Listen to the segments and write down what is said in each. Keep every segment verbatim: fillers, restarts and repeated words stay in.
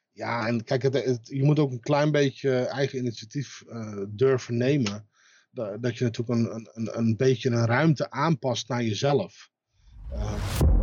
Ja, en kijk, het, het- je moet ook een klein beetje eigen initiatief eh, durven nemen. Da- Dat je natuurlijk een, een, een een beetje een ruimte aanpast naar jezelf. Eh,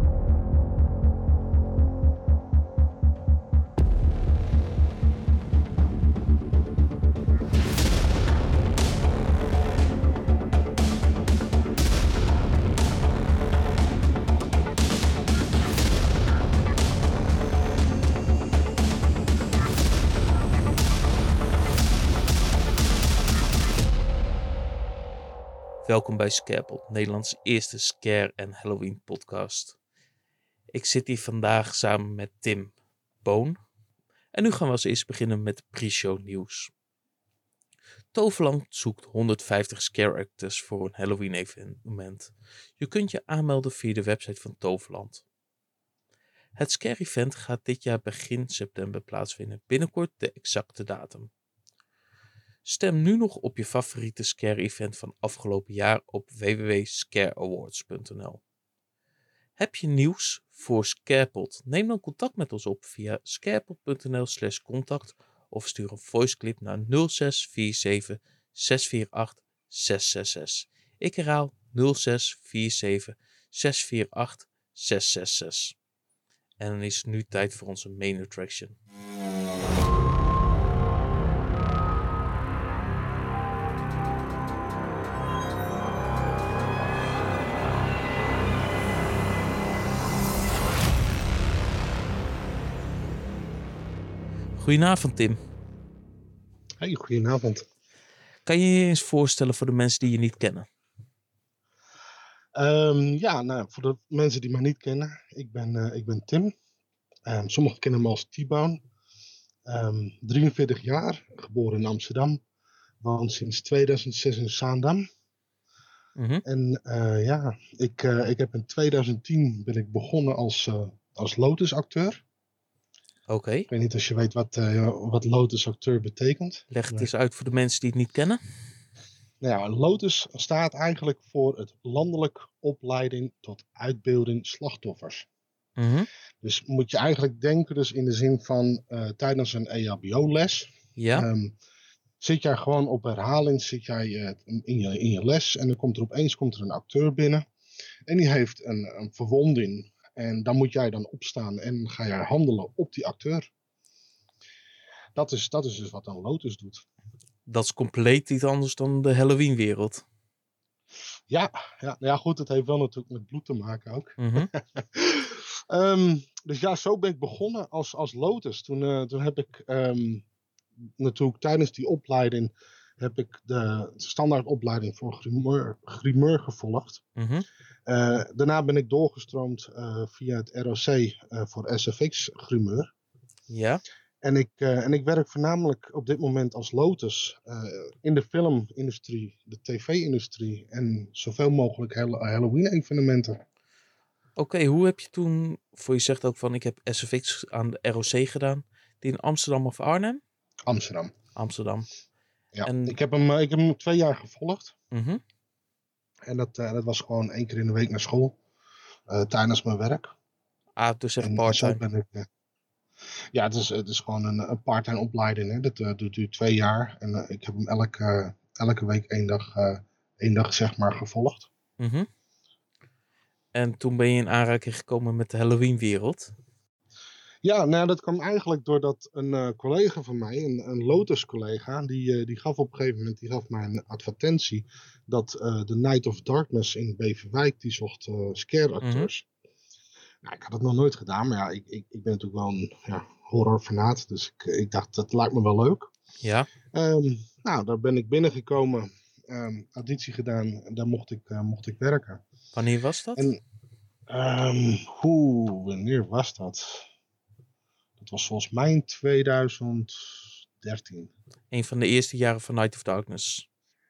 Welkom bij Scarepot, Nederlands eerste scare- en Halloween podcast. Ik zit hier vandaag samen met Tim Boon. En nu gaan we als eerst beginnen met pre-show nieuws. Toverland zoekt honderdvijftig scare actors voor een Halloween evenement. Je kunt je aanmelden via de website van Toverland. Het scare event gaat dit jaar begin september plaatsvinden, binnenkort de exacte datum. Stem nu nog op je favoriete scare-event van afgelopen jaar op w w w punt scare awards punt n l. Heb je nieuws voor Scarepot? Neem dan contact met ons op via scarepot punt n l slash contact of stuur een voiceclip naar nul zes vier zeven zes vier acht zes zes zes. Ik herhaal nul zes vier zeven zes vier acht zes zes zes. En dan is het nu tijd voor onze main attraction. Goedenavond, Tim. hey, goedenavond. Kan je je eens voorstellen voor de mensen die je niet kennen? Ehm, ja, nou, voor de mensen die mij niet kennen, ik ben, eh, ik ben Tim. Ehm, sommigen kennen me als T-Bone. Ehm, drieënveertig jaar, geboren in Amsterdam. Woon sinds tweeduizend zes in Zaandam. Mhm. En eh, ja, ik, eh, ik heb in tweeduizend tien ben ik begonnen als, eh, als Lotus-acteur. Oké, okay. Ik weet niet als je weet wat, uh, wat Lotus-acteur betekent. Leg het Nee. eens uit voor de mensen die het niet kennen. Nou ja, Lotus staat eigenlijk voor het landelijk opleiding tot uitbeelding slachtoffers. Mm-hmm. Dus moet je eigenlijk denken dus in de zin van uh, tijdens een E H B O-les. Ja. Um, zit jij gewoon op herhaling, zit jij uh, in, je, in je les en dan komt er opeens komt er een acteur binnen. En die heeft een, een verwonding. En dan moet jij dan opstaan en ga jij handelen op die acteur. Dat is, dat is dus wat een Lotus doet. Dat is compleet iets anders dan de Halloween-wereld. Ja, ja, ja, goed, het heeft wel natuurlijk met bloed te maken ook. Mm-hmm. um, dus ja, zo ben ik begonnen als, als Lotus. Toen, uh, toen heb ik um, natuurlijk tijdens die opleiding heb ik de standaardopleiding voor grimeur, grimeur gevolgd. Mm-hmm. Uh, daarna ben ik doorgestroomd uh, via het R O C uh, voor S F X grimeur. Ja. En ik, uh, en ik werk voornamelijk op dit moment als Lotus uh, in de filmindustrie, de tv-industrie en zoveel mogelijk Halloween-evenementen. Oké, okay, hoe heb je toen, voor je zegt ook van ik heb S F X aan de R O C gedaan, die in Amsterdam of Arnhem? Amsterdam. Amsterdam. Ja, en... ik, heb hem, ik heb hem twee jaar gevolgd. Mm-hmm. En dat, uh, dat was gewoon één keer in de week naar school, uh, tijdens mijn werk. Ah, dus echt en, part-time. En zo ben ik... Uh, Ja, het is, het is gewoon een, een part-time opleiding. Hè. Dat, uh, dat duurt twee jaar. En uh, ik heb hem elke, uh, elke week één dag, uh, één dag zeg maar gevolgd. Mm-hmm. En toen ben je in aanraking gekomen met de Halloween-wereld? Ja, nou dat kwam eigenlijk doordat een uh, collega van mij, een, een Lotus-collega, die, uh, die gaf op een gegeven moment die gaf mij een advertentie dat uh, de Night of Darkness in Beverwijk, die zocht uh, scare-acteurs. Mm-hmm. Nou, ik had het nog nooit gedaan, maar ja, ik, ik, ik ben natuurlijk wel een ja, horrorfanaat, dus ik, ik dacht, dat lijkt me wel leuk. Ja. Um, nou, daar ben ik binnengekomen, um, auditie gedaan, en daar mocht ik, uh, mocht ik werken. Wanneer was dat? En, um, hoe, wanneer was dat? Dat was volgens mij in tweeduizend dertien. Een van de eerste jaren van Night of Darkness.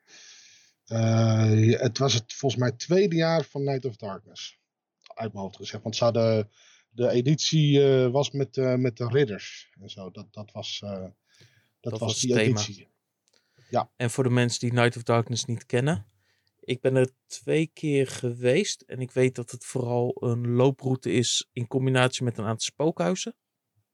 Uh, het was het volgens mij tweede jaar van Night of Darkness. Uit mijn hoofd gezegd. Want ze hadden, de editie uh, was met, uh, met de ridders en zo. Dat, dat was, uh, dat, dat was, was die thema. editie. Ja. En voor de mensen die Night of Darkness niet kennen. Ik ben er twee keer geweest. En ik weet dat het vooral een looproute is in combinatie met een aantal spookhuizen.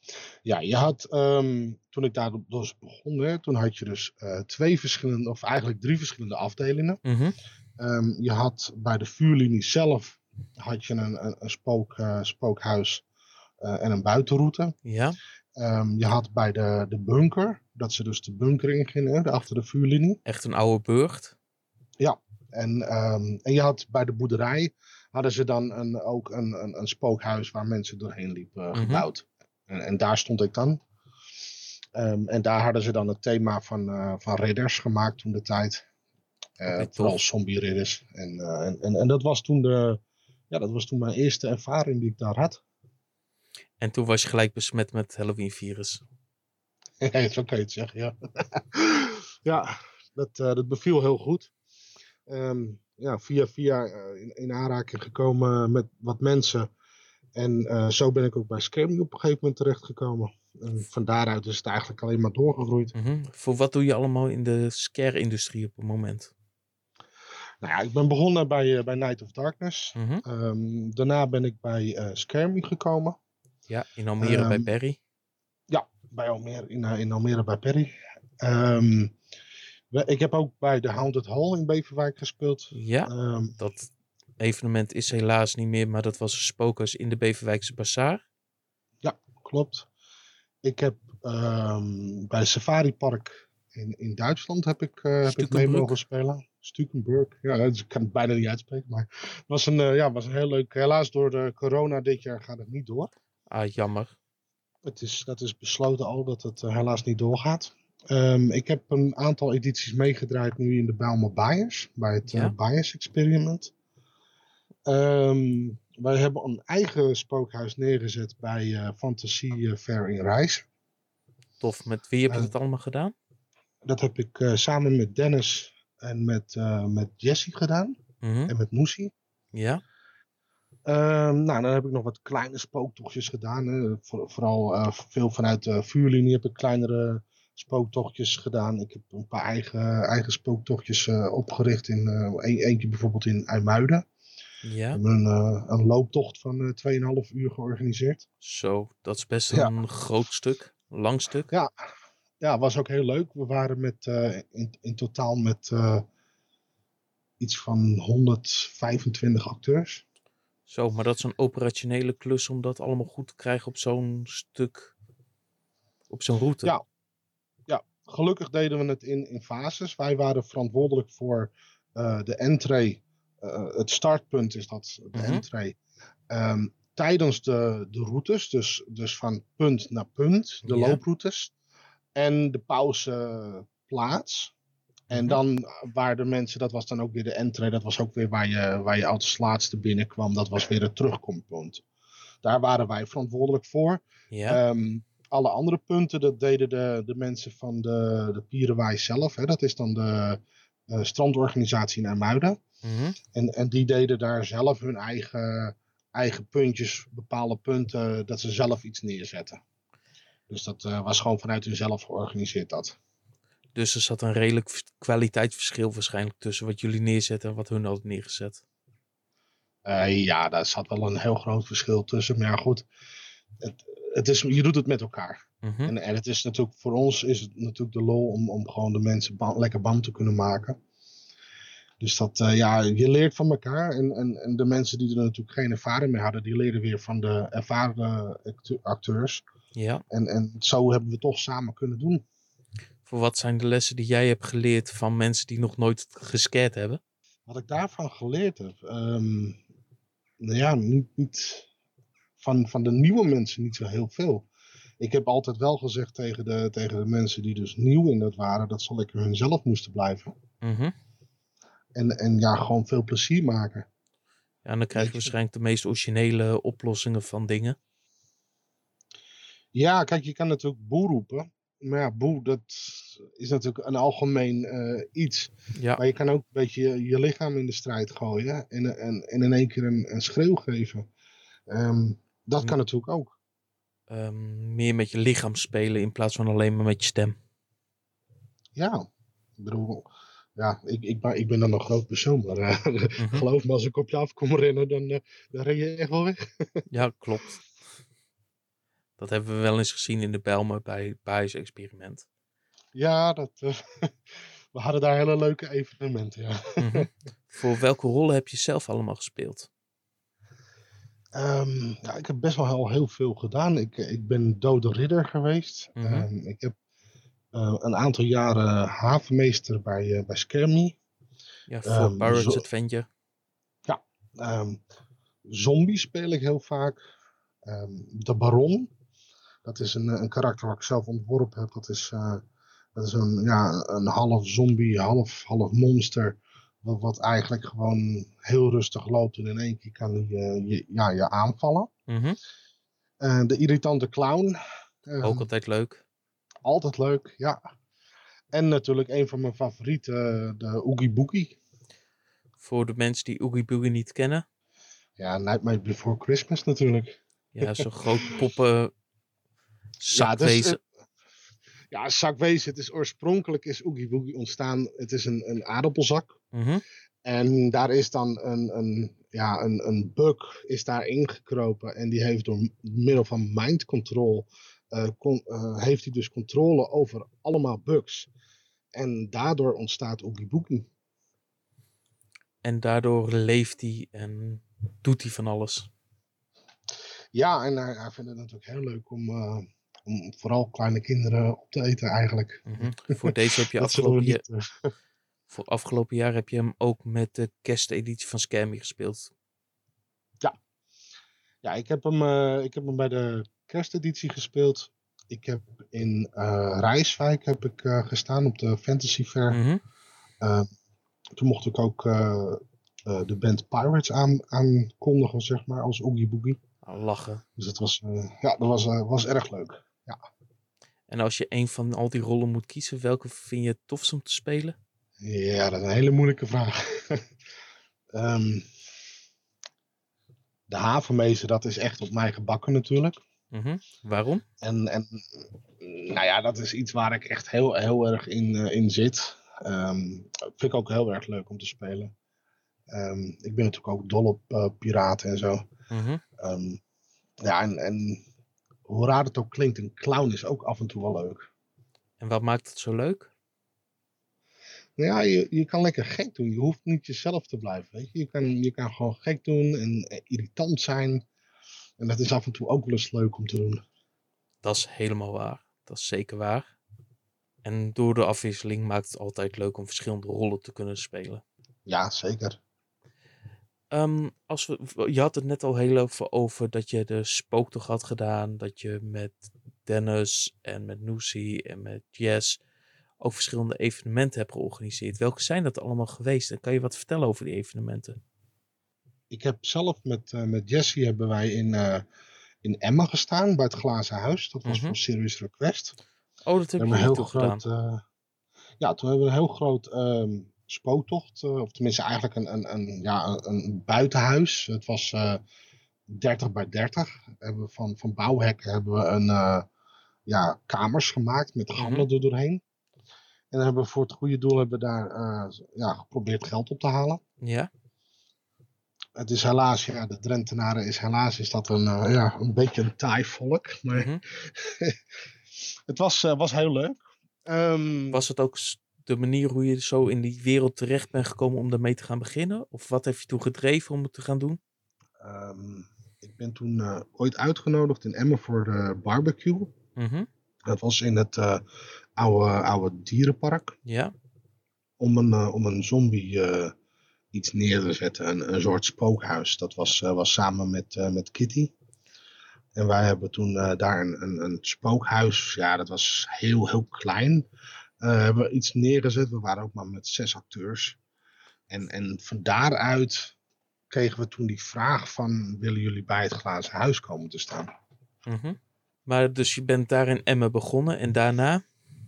Ja, je had, ehm, toen ik daar dus begon, hè, toen had je dus uh, twee verschillende, of eigenlijk drie verschillende afdelingen. Mhm. Um, je had bij de vuurlinie zelf had je een, een, een spook, uh, spookhuis uh, en een buitenroute. Ja. Um, je had bij de, de bunker, dat ze dus de bunker in gingen, hè, achter de vuurlinie. Echt een oude burcht. Ja, en, um, en je had bij de boerderij, hadden ze dan een, ook een, een, een spookhuis waar mensen doorheen liepen uh, Mhm. gebouwd. En, en daar stond ik dan. Um, en daar hadden ze dan het thema van, uh, van ridders gemaakt toen de tijd. Uh, Oké, vooral tof. zombie-ridders. En, uh, en, en, en dat was toen de, ja, dat was toen mijn eerste ervaring die ik daar had. En toen was je gelijk besmet met het Halloween-virus. Ja, zo kan je het zeggen, ja. Ja, dat, uh, dat beviel heel goed. Um, ja, via via uh, in, in aanraking gekomen met wat mensen. En uh, zo ben ik ook bij Scary op een gegeven moment terechtgekomen. En van daaruit is het eigenlijk alleen maar doorgegroeid. Mm-hmm. Voor wat doe je allemaal in de scare-industrie op het moment? Nou ja, ik ben begonnen bij, uh, bij Night of Darkness. Mm-hmm. Um, daarna ben ik bij uh, Scare Me gekomen. Ja, in Almere um, bij Perry. Ja, bij Almere, in, uh, in Almere bij Perry. Um, we, ik heb ook bij de Haunted Hall in Beverwijk gespeeld. Ja, um, dat evenement is helaas niet meer, maar dat was een spookhuis in de Beverwijkse Bazaar. Ja, klopt. Ik heb um, bij Safari Park in, in Duitsland heb ik, uh, heb ik mee mogen spelen. Stukenburg. Ja, ik kan het bijna niet uitspreken, maar het was een, uh, ja, was een heel leuk. Helaas door de corona dit jaar gaat het niet door. Ah, jammer. Het is, dat is besloten al dat het uh, helaas niet doorgaat. Um, ik heb een aantal edities meegedraaid nu in de Bijlmer Bias, bij het ja? uh, Bias Experiment. Um, wij hebben een eigen spookhuis neergezet bij uh, Fantasie uh, Fair in Rijs. Tof, met wie heb je uh, dat allemaal gedaan? Dat heb ik uh, samen met Dennis en met, uh, met Jessie gedaan. Mm-hmm. En met Moesie. Ja. Um, nou, dan heb ik nog wat kleine spooktochtjes gedaan. Hè. Voor, vooral uh, veel vanuit de vuurlinie heb ik kleinere spooktochtjes gedaan. Ik heb een paar eigen, eigen spooktochtjes uh, opgericht. In, uh, een, eentje bijvoorbeeld in IJmuiden. Ja. We hebben een, uh, een looptocht van uh, twee komma vijf uur georganiseerd. Zo, dat is best een ja. groot stuk. Lang stuk. Ja, ja, was ook heel leuk. We waren met, uh, in, in totaal met uh, iets van honderdvijfentwintig acteurs. Zo, maar dat is een operationele klus om dat allemaal goed te krijgen op zo'n stuk, op zo'n route. Ja, ja, gelukkig deden we het in, in fases. Wij waren verantwoordelijk voor uh, de entree. Uh, het startpunt is dat, de mm-hmm. entree. Um, tijdens de, de routes, dus, dus van punt naar punt, de ja. looproutes. En de pauzeplaats. En mm-hmm. dan waar de mensen, dat was dan ook weer de entree, dat was ook weer waar je, waar je als laatste binnenkwam. Dat was weer het terugkompunt. Daar waren wij verantwoordelijk voor. Ja. Um, alle andere punten, dat deden de, de mensen van de, de Pierenwaai zelf. Hè. Dat is dan de uh, strandorganisatie in IJmuiden. Mm-hmm. En, en die deden daar zelf hun eigen, eigen puntjes, bepaalde punten, dat ze zelf iets neerzetten. Dus dat uh, was gewoon vanuit hunzelf georganiseerd dat. Dus er zat een redelijk kwaliteitsverschil waarschijnlijk tussen wat jullie neerzetten en wat hun hadden neergezet. Uh, ja, daar zat wel een heel groot verschil tussen. Maar ja, goed, het, het is, je doet het met elkaar. Mm-hmm. En, en het is natuurlijk, voor ons is het natuurlijk de lol om, om gewoon de mensen band, lekker band te kunnen maken. Dus dat, uh, ja, je leert van elkaar. En, en, en de mensen die er natuurlijk geen ervaring mee hadden, die leren weer van de ervaren acteurs. Ja. En, en zo hebben we toch samen kunnen doen. Voor wat zijn de lessen die jij hebt geleerd van mensen die nog nooit gescared hebben? Wat ik daarvan geleerd heb? Um, nou ja, niet, niet van, van de nieuwe mensen niet zo heel veel. Ik heb altijd wel gezegd tegen de, tegen de mensen die dus nieuw in dat waren, dat ze lekker hunzelf moesten blijven. Mm-hmm. En, en ja, gewoon veel plezier maken. Ja, en dan krijg je waarschijnlijk de meest originele oplossingen van dingen. Ja, kijk, je kan natuurlijk boe roepen. Maar ja, boe, dat is natuurlijk een algemeen uh, iets. Ja. Maar je kan ook een beetje je, je lichaam in de strijd gooien. En, en, en in één keer een, een schreeuw geven. Um, dat kan natuurlijk ook. Um, meer met je lichaam spelen in plaats van alleen maar met je stem. Ja, ik bedoel... Ja, ik, ik, ik ben dan een groot persoon, maar uh, mm-hmm. geloof me, als ik op je af kom rennen, dan, uh, dan ren je echt wel weg. Ja, klopt. Dat hebben we wel eens gezien in de Bijlmer bij het Bios-experiment. Ja, dat, uh, we hadden daar hele leuke evenementen, ja. Mm-hmm. Voor welke rollen heb je zelf allemaal gespeeld? Um, ja, ik heb best wel heel, heel veel gedaan. Ik, ik ben dode ridder geweest. Mm-hmm. Um, ik heb uh, een aantal jaren havenmeester bij, uh, bij Skermie. Ja, voor um, Pirates zo- Adventure. Ja, um, zombie speel ik heel vaak. Um, de Baron. Dat is een, een karakter wat ik zelf ontworpen heb. Dat is, uh, dat is een, ja, een half zombie, half, half monster. Wat, wat eigenlijk gewoon heel rustig loopt. En in één keer kan hij uh, je, ja, je aanvallen. Mm-hmm. Uh, de irritante clown. Uh, Ook altijd leuk. Altijd leuk, ja. En natuurlijk een van mijn favorieten, de Oogie Boogie. Voor de mensen die Oogie Boogie niet kennen. Ja, Nightmare Before Christmas natuurlijk. Ja, zo'n groot poppen zakwezen. Ja, dus, ja, zakwezen. Het is oorspronkelijk is Oogie Boogie ontstaan. Het is een, een aardappelzak. Mm-hmm. En daar is dan een, een, ja, een, een bug is daar ingekropen. En die heeft door middel van mind control... Uh, kon, uh, heeft hij dus controle over allemaal bugs. En daardoor ontstaat Oogie Boogie. En daardoor leeft hij en doet hij van alles. Ja, en hij, hij vindt het natuurlijk heel leuk om, uh, om vooral kleine kinderen op te eten eigenlijk. Mm-hmm. Voor deze heb je Dat zullen afgelopen, we niet, uh... jaar, voor afgelopen jaar heb je hem ook met de kersteditie van Skermie gespeeld. Ja, ja ik, heb hem, uh, ik heb hem bij de kersteditie gespeeld. Ik heb in uh, Rijswijk heb ik, uh, gestaan op de Fantasy Fair. Mm-hmm. Uh, toen mocht ik ook uh, uh, de band Pirates aan, aankondigen, zeg maar, als Oogie Boogie. Lachen. Dus dat was, uh, ja, dat was, uh, was erg leuk. Ja. En als je een van al die rollen moet kiezen, welke vind je het tofst om te spelen? Ja, dat is een hele moeilijke vraag. um, de havenmeester, dat is echt op mij gebakken natuurlijk. Mm-hmm. Waarom? En, en nou ja, dat is iets waar ik echt heel, heel erg in, uh, in zit. Um, vind ik ook heel erg leuk om te spelen. Um, ik ben natuurlijk ook dol op uh, piraten en zo. Mm-hmm. Um, ja, en, en hoe raar het ook klinkt, een clown is ook af en toe wel leuk. En wat maakt het zo leuk? Nou ja, je, je kan lekker gek doen. Je hoeft niet jezelf te blijven. Weet je? Je, kan, je kan gewoon gek doen en eh, irritant zijn. En dat is af en toe ook wel eens leuk om te doen. Dat is helemaal waar. Dat is zeker waar. En door de afwisseling maakt het altijd leuk om verschillende rollen te kunnen spelen. Ja, zeker. Um, als we, je had het net al heel even over dat je de spooktocht had gedaan. Dat je met Dennis en met Noesie en met Jess ook verschillende evenementen hebt georganiseerd. Welke zijn dat allemaal geweest? En kan je wat vertellen over die evenementen? Ik heb zelf met, uh, met Jessie hebben wij in, uh, in Emmen gestaan bij het Glazen Huis. Dat was mm-hmm. voor Serious Request. Oh, dat heb je heel toch groot, gedaan? Uh, ja, toen hebben we een heel groot um, spooktocht. Uh, of tenminste eigenlijk een, een, een, ja, een, een buitenhuis. Het was uh, dertig bij dertig. Hebben we van, van bouwhekken hebben we een, uh, ja, kamers gemaakt met gangen mm-hmm. er doorheen. En dan hebben we voor het goede doel hebben we daar uh, ja, geprobeerd geld op te halen. Ja. Het is helaas, ja, de Drentenaren is helaas is dat een, uh, ja, een beetje een taai volk. Maar mm-hmm. het was, uh, was heel leuk. Um, was het ook de manier hoe je zo in die wereld terecht bent gekomen om daarmee te gaan beginnen? Of wat heeft je toen gedreven om het te gaan doen? Um, ik ben toen uh, ooit uitgenodigd in Emmen voor de barbecue. Mm-hmm. Dat was in het uh, oude, oude dierenpark. Ja. Om een, uh, om een zombie uh, iets neer te zetten. Een, een soort spookhuis. Dat was, uh, was samen met, uh, met Kitty. En wij hebben toen uh, daar een, een, een spookhuis. Ja, dat was heel, heel klein. Uh, hebben we iets neergezet. We waren ook maar met zes acteurs. En, en van daaruit kregen we toen die vraag van... willen jullie bij het Glazen Huis komen te staan? Mm-hmm. Maar dus je bent daar in Emmen begonnen en daarna?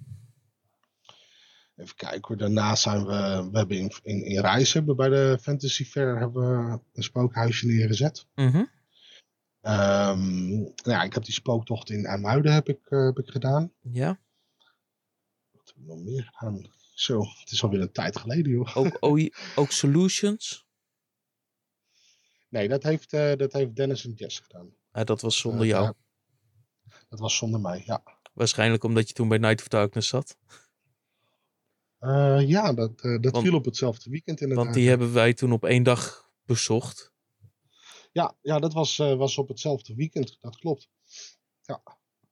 Even kijken hoor. Daarna zijn we... We hebben in, in, in Rijs hebben bij de Fantasy Fair hebben we een spookhuisje neergezet. Mm-hmm. Um, ja, ik heb die spooktocht in IJmuiden heb ik, uh, heb ik gedaan. Ja. Wat heb ik nog meer gedaan? Zo, het is alweer een tijd geleden, joh. Ook, ook, ook Solutions? Nee, dat heeft, uh, dat heeft Dennis en Jess gedaan. Ah, dat was zonder uh, jou? Daar, dat was zonder mij, ja. Waarschijnlijk omdat je toen bij Night of Darkness zat. Uh, ja, dat, uh, dat want, viel op hetzelfde weekend inderdaad. Want die hebben wij toen op één dag bezocht. Ja, ja dat was, uh, was op hetzelfde weekend, dat klopt. Ja.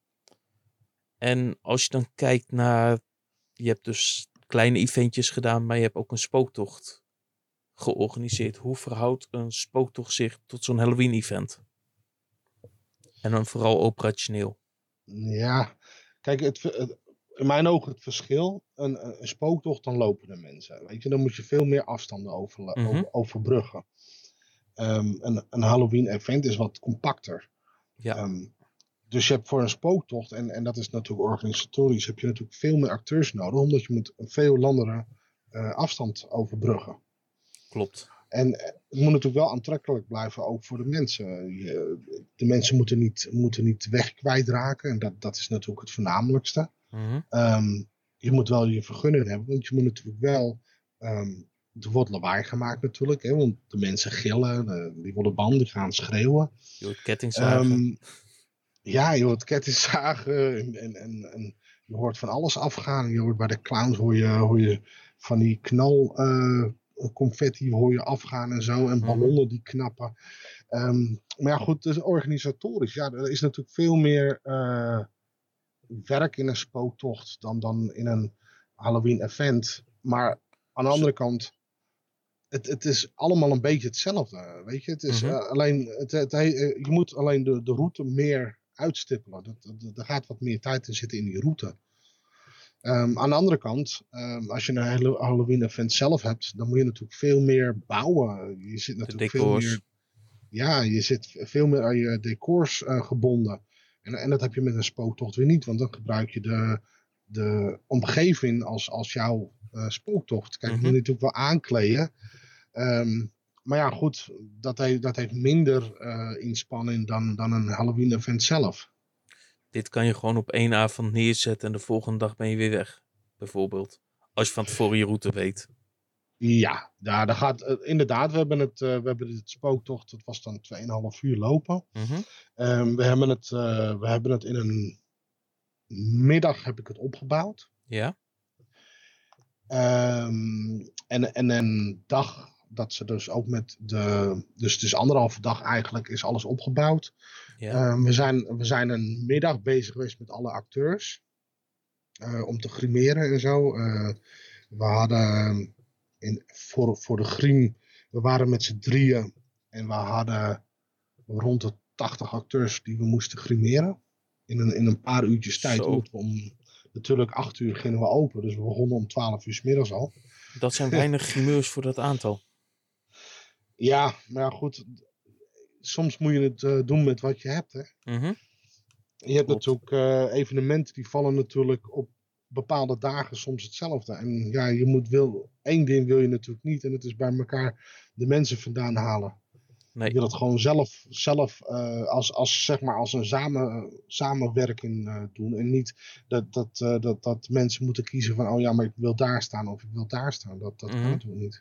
En als je dan kijkt naar... Je hebt dus kleine eventjes gedaan, maar je hebt ook een spooktocht georganiseerd. Hoe verhoudt een spooktocht zich tot zo'n Halloween-event? En dan vooral operationeel. Ja, kijk, het, het, in mijn ogen het verschil. Een, een spooktocht, dan lopen de mensen. Weet je, dan moet je veel meer afstanden over, mm-hmm. over, overbruggen. Um, een, een Halloween-event is wat compacter. Ja. Um, dus je hebt voor een spooktocht, en, en dat is natuurlijk organisatorisch, heb je natuurlijk veel meer acteurs nodig, omdat je moet een veel langere uh, afstand overbruggen. Klopt. En het moet natuurlijk wel aantrekkelijk blijven, ook voor de mensen. Je, de mensen moeten niet, moeten niet de weg kwijtraken. En dat, dat is natuurlijk het voornamelijkste. Mm-hmm. Um, je moet wel je vergunning hebben. Want je moet natuurlijk wel... Um, er wordt lawaai gemaakt natuurlijk. Hè, want de mensen gillen. De, die worden bang. Die gaan schreeuwen. Je hoort kettingzagen. Um, ja, je hoort kettingzagen. En, en, en, en je hoort van alles afgaan. Je hoort bij de clowns hoor je, hoor je van die knal... Uh, confetti hoor je afgaan en zo. En ballonnen die knappen. Um, maar ja goed, dus organisatorisch. Ja, er is natuurlijk veel meer uh, werk in een spooktocht dan, dan in een Halloween event. Maar aan de andere kant, het, het is allemaal een beetje hetzelfde. Weet je, het is uh, alleen, het, het, het, je moet alleen de, de route meer uitstippelen. Er gaat wat meer tijd in zitten in die route. Um, aan de andere kant, um, als je een hele Halloween-event zelf hebt, dan moet je natuurlijk veel meer bouwen. Je zit natuurlijk veel meer, ja, je zit veel meer aan je decors uh, gebonden. En, en dat heb je met een spooktocht weer niet, want dan gebruik je de, de omgeving als, als jouw uh, spooktocht. Kijk, mm-hmm. je moet je natuurlijk wel aankleden. Um, maar ja, goed, dat, he, dat heeft minder uh, inspanning dan, dan een Halloween-event zelf. Dit kan je gewoon op één avond neerzetten en de volgende dag ben je weer weg, bijvoorbeeld. Als je van tevoren je route weet. Ja, ja dat gaat, uh, inderdaad, we hebben het, uh, we hebben het spooktocht, dat was dan twee komma vijf uur lopen. Mm-hmm. Um, we, hebben het, uh, we hebben het in een middag heb ik het opgebouwd. Ja. Um, en, en een dag dat ze dus ook met de, dus het is anderhalve dag eigenlijk is alles opgebouwd. Ja. Um, we, zijn, we zijn een middag bezig geweest met alle acteurs. Uh, om te grimeren en zo. Uh, we hadden in, voor, voor de grim, we waren met z'n drieën. En we hadden rond de tachtig acteurs die we moesten grimeren. In een, in een paar uurtjes tijd. Omdat we om, natuurlijk acht uur gingen we open. Dus we begonnen om twaalf uur 's middags al. Dat zijn weinig grimeurs voor dat aantal. Ja, maar ja, goed. Soms moet je het uh, doen met wat je hebt, hè. Mm-hmm. Je hebt Klopt. natuurlijk uh, evenementen die vallen natuurlijk op bepaalde dagen soms hetzelfde. En ja, je moet wil, één ding wil je natuurlijk niet. En dat is bij elkaar de mensen vandaan halen. Nee. Je wil het gewoon zelf, zelf uh, als, als, zeg maar als een samen, samenwerking uh, doen. En niet dat, dat, uh, dat, dat mensen moeten kiezen van, oh ja, maar ik wil daar staan of ik wil daar staan. Dat, dat mm-hmm. kan natuurlijk niet.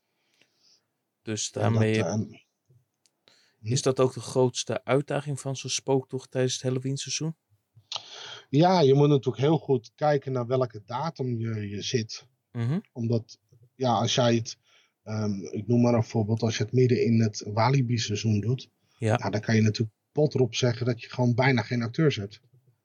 Dus daarmee... Dat, uh, Is dat ook de grootste uitdaging van zo'n spooktocht tijdens het Halloween seizoen? Ja, je moet natuurlijk heel goed kijken naar welke datum je, je zit. Mm-hmm. Omdat, ja, als jij het, um, ik noem maar een voorbeeld, als je het midden in het Walibi seizoen doet, ja. Nou, dan kan je natuurlijk pot erop zeggen dat je gewoon bijna geen acteurs hebt.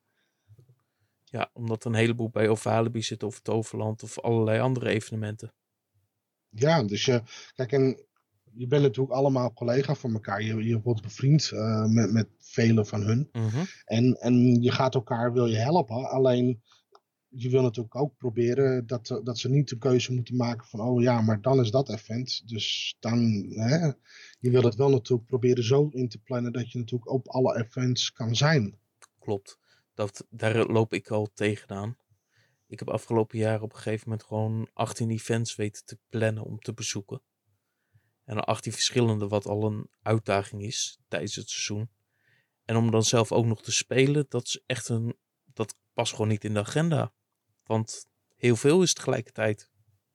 Ja, omdat een heleboel bij of Walibi zit of Toverland of allerlei andere evenementen. Ja, dus je, kijk, en je bent natuurlijk allemaal collega van elkaar. Je, je wordt bevriend uh, met, met velen van hun. Mm-hmm. En, en je gaat elkaar, wil je helpen. Alleen, je wil natuurlijk ook proberen dat, dat ze niet de keuze moeten maken van, oh ja, maar dan is dat event. Dus dan, hè, je wil het wel natuurlijk proberen zo in te plannen dat je natuurlijk op alle events kan zijn. Klopt. Dat, daar loop ik al tegenaan. Ik heb afgelopen jaar op een gegeven moment gewoon achttien events weten te plannen om te bezoeken. En dan achttien verschillende, wat al een uitdaging is tijdens het seizoen. En om dan zelf ook nog te spelen, dat is echt een, dat past gewoon niet in de agenda. Want heel veel is tegelijkertijd.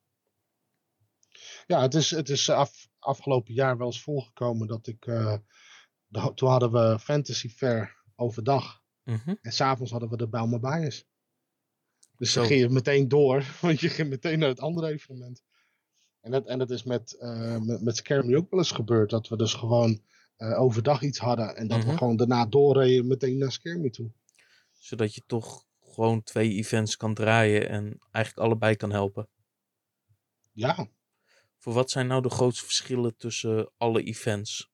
Ja, het is, het is af, afgelopen jaar wel eens voorgekomen dat ik, uh, de, toen hadden we Fantasy Fair overdag. Mm-hmm. En s'avonds hadden we de Bijlmer Bias. Dus Zo. dan ging je meteen door, want je ging meteen naar het andere evenement. En dat, en dat is met, uh, met, met Scare Me ook wel eens gebeurd. Dat we dus gewoon uh, overdag iets hadden. En dat Mm-hmm. we gewoon daarna doorreden meteen naar Scare Me toe. Zodat je toch gewoon twee events kan draaien en eigenlijk allebei kan helpen. Ja. Voor wat zijn nou de grootste verschillen tussen alle events?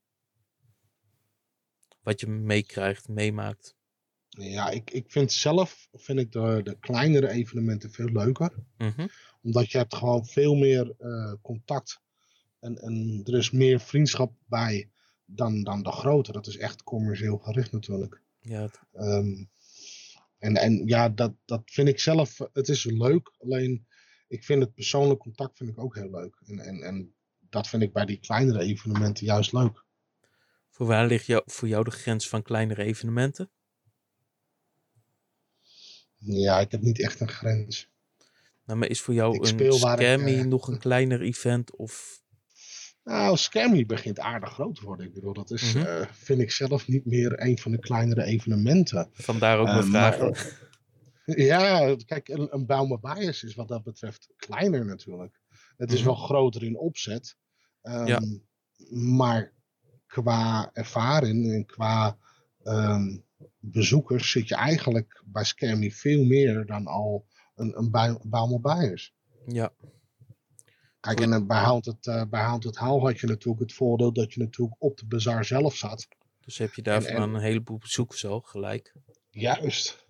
Wat je meekrijgt, meemaakt? Ja, ik, ik vind zelf vind ik de, de kleinere evenementen veel leuker. Mm-hmm. Omdat je hebt gewoon veel meer uh, contact. En, en er is meer vriendschap bij dan, dan de grote. Dat is echt commercieel gericht natuurlijk. Ja, het... um, en, en ja, dat, dat vind ik zelf, het is leuk. Alleen, ik vind het persoonlijk contact vind ik ook heel leuk. En, en, en dat vind ik bij die kleinere evenementen juist leuk. Voor waar ligt jou, voor jou de grens van kleinere evenementen? Ja, ik heb niet echt een grens. Nou, maar is voor jou ik een Scare Me uh, nog een kleiner event? Of... Nou, Scare Me begint aardig groot te worden. Ik bedoel, dat is, mm-hmm. uh, vind ik zelf niet meer een van de kleinere evenementen. Vandaar ook mijn uh, vraag. Maar, ja, kijk, een, een Bijlmer Bias is wat dat betreft kleiner natuurlijk. Het is mm-hmm. wel groter in opzet. Um, ja. Maar qua ervaring en qua um, bezoekers zit je eigenlijk bij Scare Me veel meer dan al een, een Bijlmer Bias. Ja. Kijk, en bij Haunted, uh, bij Haunted Hall had je natuurlijk het voordeel dat je natuurlijk op de bazaar zelf zat. Dus heb je daarvan en, en... een heleboel bezoekers al gelijk. Juist.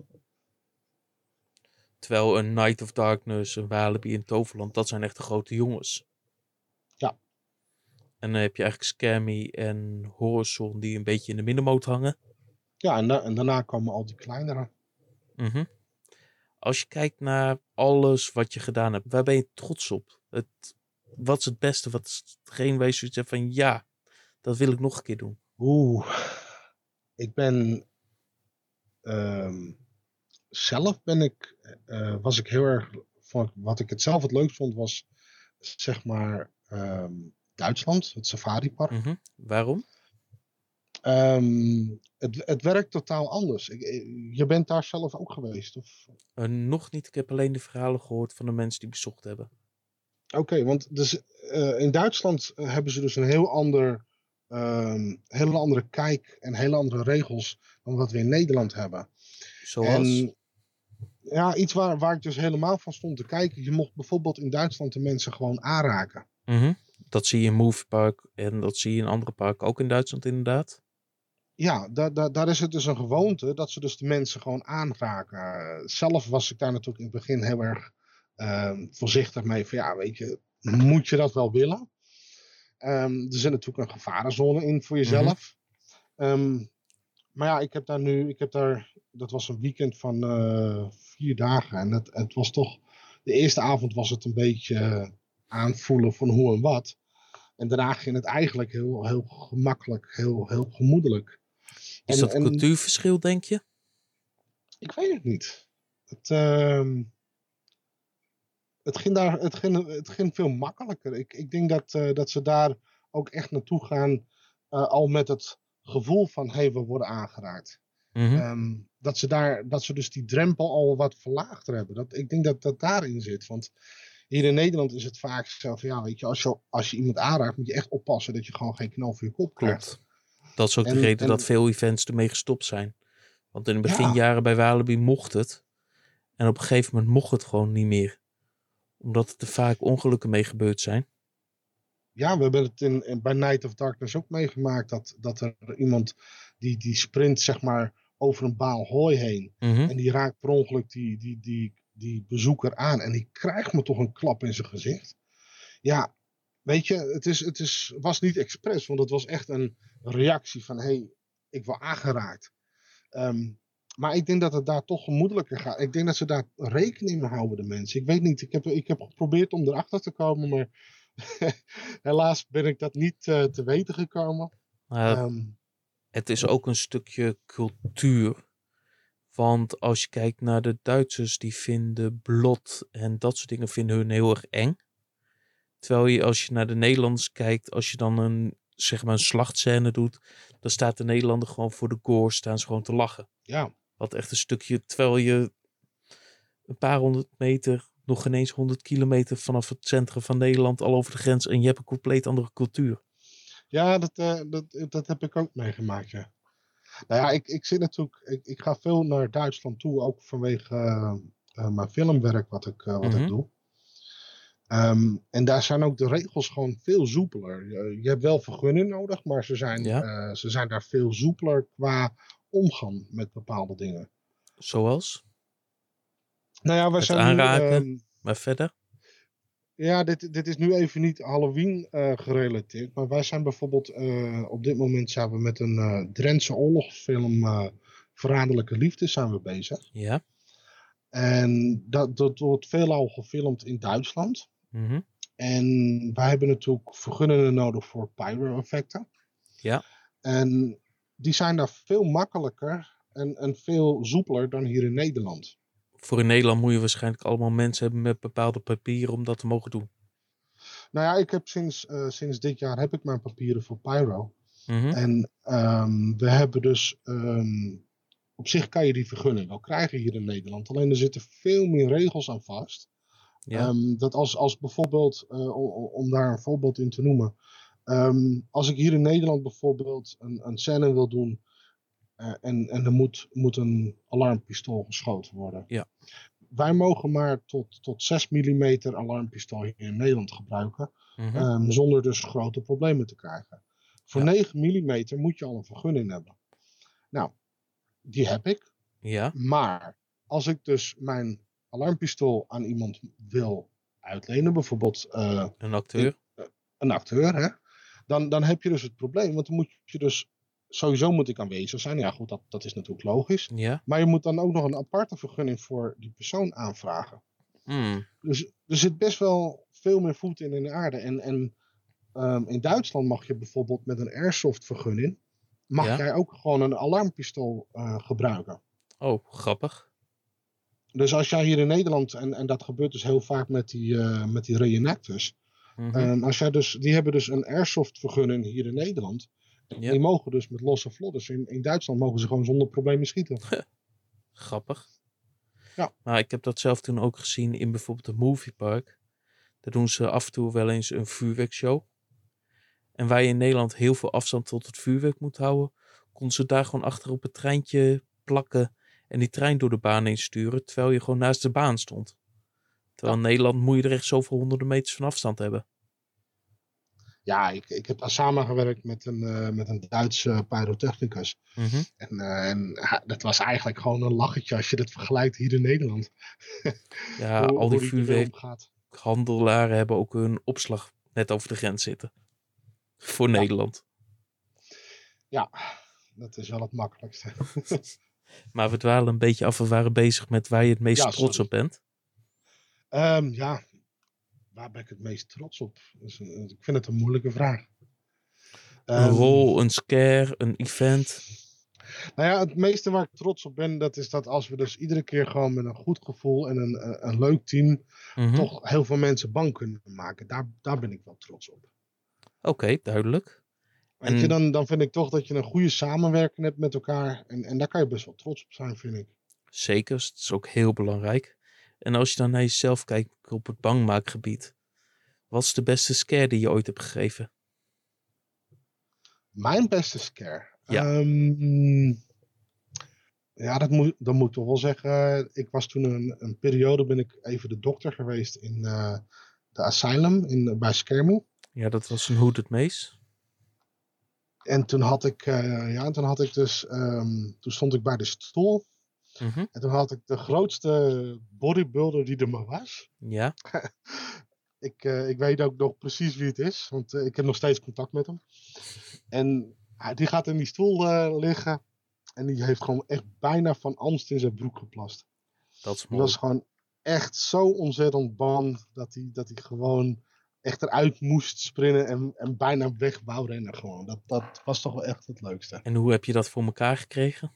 Terwijl een Night of Darkness, een Walibi en Toverland, dat zijn echt de grote jongens. Ja. En dan heb je eigenlijk Scare Me en Horizon die een beetje in de middenmoot hangen. Ja, en, da- en daarna komen al die kleinere. Mm-hmm. Als je kijkt naar alles wat je gedaan hebt, waar ben je trots op? Het, wat is het beste? Wat is hetgeen waar je zoiets hebt van ja, dat wil ik nog een keer doen? Oeh, ik ben um, zelf ben ik, uh, was ik heel erg, wat ik het zelf het leukst vond was zeg maar um, Duitsland, het safaripark. Mm-hmm. Waarom? Um, het, het werkt totaal anders. Ik, je bent daar zelf ook geweest? Of? Uh, nog niet. Ik heb alleen de verhalen gehoord van de mensen die bezocht hebben. Oké, okay, want dus, uh, in Duitsland uh, hebben ze dus een heel ander, um, hele andere kijk en hele andere regels dan wat we in Nederland hebben. Zoals? En, ja, iets waar, waar ik dus helemaal van stond te kijken. Je mocht bijvoorbeeld in Duitsland de mensen gewoon aanraken. Mm-hmm. Dat zie je in Moviepark en dat zie je in andere parken ook in Duitsland inderdaad. Ja, da- da- daar is het dus een gewoonte dat ze dus de mensen gewoon aanraken. Zelf was ik daar natuurlijk in het begin heel erg uh, voorzichtig mee. Van ja, weet je, moet je dat wel willen? Um, er zit natuurlijk een gevarenzone in voor jezelf. Mm-hmm. Um, maar ja, ik heb daar nu, ik heb daar, dat was een weekend van uh, vier dagen. En het, het was toch, de eerste avond was het een beetje aanvoelen van hoe en wat. En daarna ging het eigenlijk heel, heel gemakkelijk, heel, heel gemoedelijk. Is en, dat een cultuurverschil, denk je? Ik weet het niet. Het, uh, het, ging, daar, het, ging, het ging veel makkelijker. Ik, ik denk dat, uh, dat ze daar ook echt naartoe gaan, uh, al met het gevoel van, hé, hey, we worden aangeraakt. Mm-hmm. Um, dat, ze daar, dat ze dus die drempel al wat verlaagder hebben. Dat, ik denk dat dat daarin zit. Want hier in Nederland is het vaak zo van, ja, weet je, als je, als je iemand aanraakt, moet je echt oppassen dat je gewoon geen knal voor je kop krijgt. Klopt. Dat is ook en, de reden en, dat veel events ermee gestopt zijn. Want in de beginjaren ja. bij Walibi mocht het. En op een gegeven moment mocht het gewoon niet meer. Omdat er vaak ongelukken mee gebeurd zijn. Ja, we hebben het in, in, bij Night of Darkness ook meegemaakt. Dat, dat er iemand die, die sprint zeg maar over een baal hooi heen. Mm-hmm. En die raakt per ongeluk die, die, die, die bezoeker aan. En die krijgt me toch een klap in zijn gezicht. Ja, weet je, het, is, het is, was niet expres. Want het was echt een reactie van, hé, hey, ik word aangeraakt. Um, maar ik denk dat het daar toch gemoedelijker gaat. Ik denk dat ze daar rekening mee houden, de mensen. Ik weet niet, ik heb, ik heb geprobeerd om erachter te komen. Maar helaas ben ik dat niet uh, te weten gekomen. Uh, um, het is ook een stukje cultuur. Want als je kijkt naar de Duitsers, die vinden blot en dat soort dingen vinden hun heel erg eng. Terwijl je als je naar de Nederlanders kijkt, als je dan een, zeg maar een slachtscène doet, dan staat de Nederlander gewoon voor de gore, staan ze gewoon te lachen. Ja. Wat echt een stukje, terwijl je een paar honderd meter, nog geen eens honderd kilometer vanaf het centrum van Nederland al over de grens en je hebt een compleet andere cultuur. Ja, dat, uh, dat, dat heb ik ook meegemaakt, ja. Nou ja, ik, ik zit natuurlijk, ik, ik ga veel naar Duitsland toe, ook vanwege uh, uh, mijn filmwerk wat ik, uh, wat Mm-hmm. ik doe. Um, en daar zijn ook de regels gewoon veel soepeler. Je, je hebt wel vergunning nodig, maar ze zijn, Ja. uh, ze zijn daar veel soepeler qua omgang met bepaalde dingen. Zoals? Nou ja, we het zijn aanraken, nu, um, maar verder? Ja, dit, dit is nu even niet Halloween uh, gerelateerd. Maar wij zijn bijvoorbeeld, uh, op dit moment zijn we met een uh, Drentse oorlogsfilm, uh, Verraderlijke Liefde, zijn we bezig. Ja. En dat, dat wordt veelal gefilmd in Duitsland. Mm-hmm. En wij hebben natuurlijk vergunningen nodig voor pyro-effecten. Ja. En die zijn daar veel makkelijker en, en veel soepeler dan hier in Nederland. Voor in Nederland moet je waarschijnlijk allemaal mensen hebben met bepaalde papieren om dat te mogen doen. Nou ja, ik heb sinds, uh, sinds dit jaar heb ik mijn papieren voor pyro. Mm-hmm. En um, we hebben dus, um, op zich kan je die vergunning wel krijgen hier in Nederland. Alleen er zitten veel meer regels aan vast. Ja. Um, dat als, als bijvoorbeeld, uh, om, om daar een voorbeeld in te noemen. Um, als ik hier in Nederland bijvoorbeeld een, een scène wil doen. Uh, en, en er moet, moet een alarmpistool geschoten worden. Ja. Wij mogen maar tot, tot zes millimeter alarmpistool hier in Nederland gebruiken. Mm-hmm. Um, zonder dus grote problemen te krijgen. Voor Ja. negen millimeter moet je al een vergunning hebben. Nou, die heb ik. Ja. Maar als ik dus mijn alarmpistool aan iemand wil uitlenen, bijvoorbeeld uh, een acteur, in, uh, een acteur hè, dan, dan heb je dus het probleem. Want dan moet je dus, sowieso moet ik aanwezig zijn. Ja goed, dat, dat is natuurlijk logisch. Ja. Maar je moet dan ook nog een aparte vergunning voor die persoon aanvragen. Mm. Dus er zit best wel veel meer voet in in de aarde. En, en um, in Duitsland mag je bijvoorbeeld met een airsoft vergunning, mag Ja. jij ook gewoon een alarmpistool uh, gebruiken. Oh, grappig. Dus als jij hier in Nederland, en, en dat gebeurt dus heel vaak met die, uh, met die reenactors. Mm-hmm. Um, als jij dus, die hebben dus een airsoft vergunning hier in Nederland. Ja. Die mogen dus met losse vlodders. In, in Duitsland mogen ze gewoon zonder problemen schieten. Grappig. Ja. Maar ik heb dat zelf toen ook gezien in bijvoorbeeld een moviepark. Daar doen ze af en toe wel eens een vuurwerkshow. En waar je in Nederland heel veel afstand tot het vuurwerk moet houden, konden ze daar gewoon achter op het treintje plakken en die trein door de baan heen sturen, terwijl je gewoon naast de baan stond. Terwijl Ja. in Nederland moet je er echt zoveel honderden meters van afstand hebben. Ja, ik, ik heb daar samengewerkt met een, uh, met een Duitse pyrotechnicus. Mm-hmm. En, uh, en uh, dat was eigenlijk gewoon een lachetje als je dat vergelijkt hier in Nederland. Ja, hoe, al die die vuurwerkhandelaren hebben ook hun opslag net over de grens zitten. Voor ja. Nederland. Ja, dat is wel het makkelijkste. Maar we dwalen een beetje af. We waren bezig met waar je het meest ja, trots op bent. Um, ja, waar ben ik het meest trots op? Dus, uh, ik vind het een moeilijke vraag. Een um, rol, een scare, een event. Nou ja, het meeste waar ik trots op ben, dat is dat als we dus iedere keer gewoon met een goed gevoel en een, een, een leuk team mm-hmm. toch heel veel mensen bang kunnen maken. Daar, daar ben ik wel trots op. Oké, okay, duidelijk. Weet en... je, dan, dan vind ik toch dat je een goede samenwerking hebt met elkaar. En, en daar kan je best wel trots op zijn, vind ik. Zeker, dat is ook heel belangrijk. En als je dan naar jezelf kijkt op het bangmaakgebied. Wat is de beste scare die je ooit hebt gegeven? Mijn beste scare? Ja. Um, ja, dat moet, dat moet ik toch wel zeggen. Ik was toen een, een periode, ben ik even de dokter geweest in uh, de Asylum in, bij Skermie. Ja, dat was een Hooded Maze. En toen had ik, uh, ja, toen had ik dus, um, toen stond ik bij de stoel. Mm-hmm. En toen had ik de grootste bodybuilder die er maar was. Ja. ik, uh, ik weet ook nog precies wie het is, want uh, ik heb nog steeds contact met hem. En uh, die gaat in die stoel uh, liggen. En die heeft gewoon echt bijna van angst in zijn broek geplast. Dat is mooi. Die was gewoon echt zo ontzettend bang dat hij, dat hij gewoon echt eruit moest springen en, en bijna weg wou rennen gewoon. Dat, dat was toch wel echt het leukste. En hoe heb je dat voor elkaar gekregen?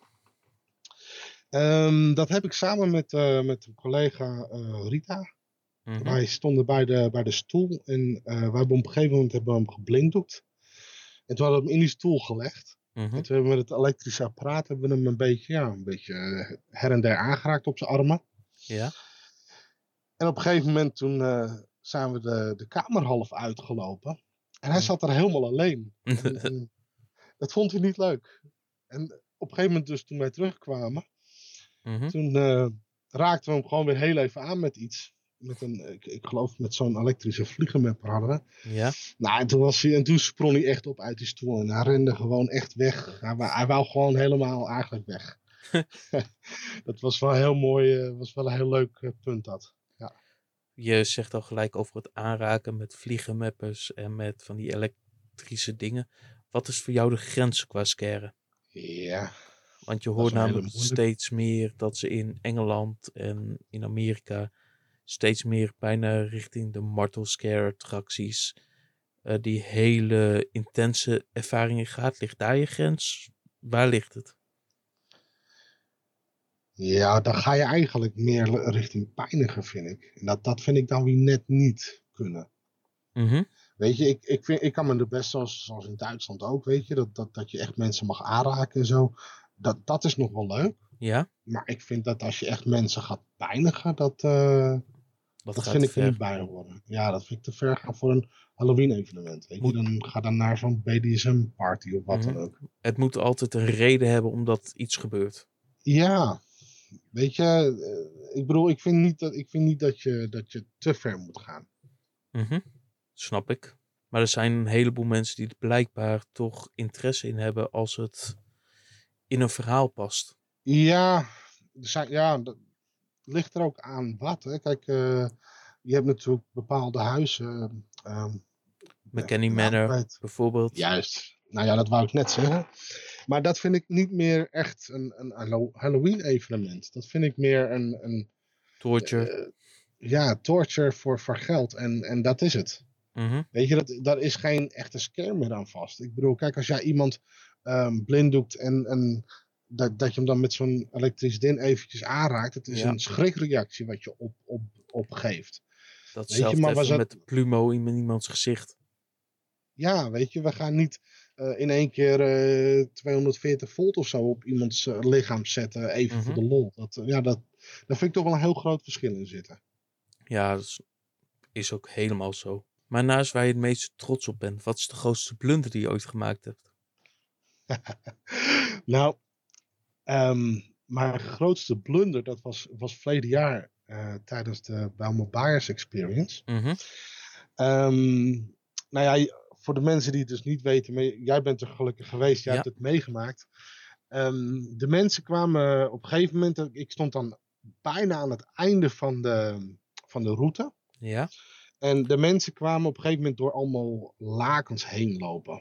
Um, dat heb ik samen met, uh, met een collega uh, Rita. Mm-hmm. Wij stonden bij de, bij de stoel en uh, wij hebben op een gegeven moment hebben we hem geblinddoekt. En toen hadden we hem in die stoel gelegd. Mhm. En toen hebben we met het elektrische apparaat hebben we hem een beetje, ja, een beetje eh, her en der aangeraakt op zijn armen. Ja. En op een gegeven moment toen uh, zijn we de, de kamer half uitgelopen. En hij Hm. zat er helemaal alleen. En, en dat vond hij niet leuk. En op een gegeven moment dus toen wij terugkwamen, Mhm. toen uh, raakten we hem gewoon weer heel even aan met iets. Met een, ik, ik geloof met zo'n elektrische vliegenmapper hadden we. Ja. Nou, en toen, was hij, en toen sprong hij echt op uit die stoel. En hij rende gewoon echt weg. Hij, wou- hij wou gewoon helemaal eigenlijk weg. Dat was wel heel mooi, uh, was wel een heel leuk uh, punt dat. Ja. Je zegt al gelijk over het aanraken met vliegenmappers en met van die elektrische dingen. Wat is voor jou de grens qua scaren? Ja. Want je Dat hoort is wel namelijk heel moeilijk. steeds meer dat ze in Engeland en in Amerika steeds meer bijna richting de martelscare attracties uh, die hele intense ervaringen gaat. Ligt daar je grens? Waar ligt het? Ja, dan ga je eigenlijk meer richting pijnigen, vind ik. En dat, dat vind ik dan weer net niet kunnen. Mhm. Weet je, ik, ik, vind, ik kan me er best, zoals, zoals in Duitsland ook, weet je, dat, dat, dat je echt mensen mag aanraken en zo. Dat, dat is nog wel leuk. Ja, Maar ik vind dat als je echt mensen gaat pijnigen, dat, uh, dat, dat gaat vind te ik er ver. niet bij horen. Ja, dat vind ik te ver gaan voor een Halloween evenement. Weet Moet- je, dan ga dan naar zo'n B D S M party of wat Mhm. dan ook. Het moet altijd een reden hebben omdat iets gebeurt. Ja, weet je, uh, ik bedoel, ik vind niet dat, ik vind niet dat, je, dat je te ver moet gaan. Mhm. Snap ik. Maar er zijn een heleboel mensen die er blijkbaar toch interesse in hebben als het in een verhaal past. Ja, er zijn, ja, dat ligt er ook aan wat. Hè. Kijk, uh, je hebt natuurlijk bepaalde huizen. Uh, um, McKinney Manor bijvoorbeeld. Juist. Nou ja, dat wou ik net zeggen. Maar dat vind ik niet meer echt een, een Halloween evenement. Dat vind ik meer een... een Torture. Uh, ja, torture voor, voor geld. En, en dat is het. Mm-hmm. Weet je, dat, daar is geen echte scare meer aan vast. Ik bedoel, kijk, als jij iemand um, blinddoekt en... en Dat, dat je hem dan met zo'n elektrisch ding eventjes aanraakt. Het is Ja. een schrikreactie wat je op, op, opgeeft. Datzelfde even het... met de plumo in iemands gezicht. Ja, weet je, we gaan niet uh, in één keer uh, tweehonderdveertig volt of zo op iemands uh, lichaam zetten. Even mm-hmm. voor de lol. Dat, uh, ja, dat, daar vind ik toch wel een heel groot verschil in zitten. Ja, dat is, is ook helemaal zo. Maar naast waar je het meest trots op bent, wat is de grootste blunder die je ooit gemaakt hebt? nou, um, mijn grootste blunder, dat was, was verleden jaar uh, tijdens de Bijlmer Buyers Experience. Mm-hmm. Um, nou ja, voor de mensen die het dus niet weten, maar jij bent er gelukkig geweest, jij ja. hebt het meegemaakt. Um, de mensen kwamen op een gegeven moment, ik stond dan bijna aan het einde van de, van de route. Ja. En de mensen kwamen op een gegeven moment door allemaal lakens heen lopen.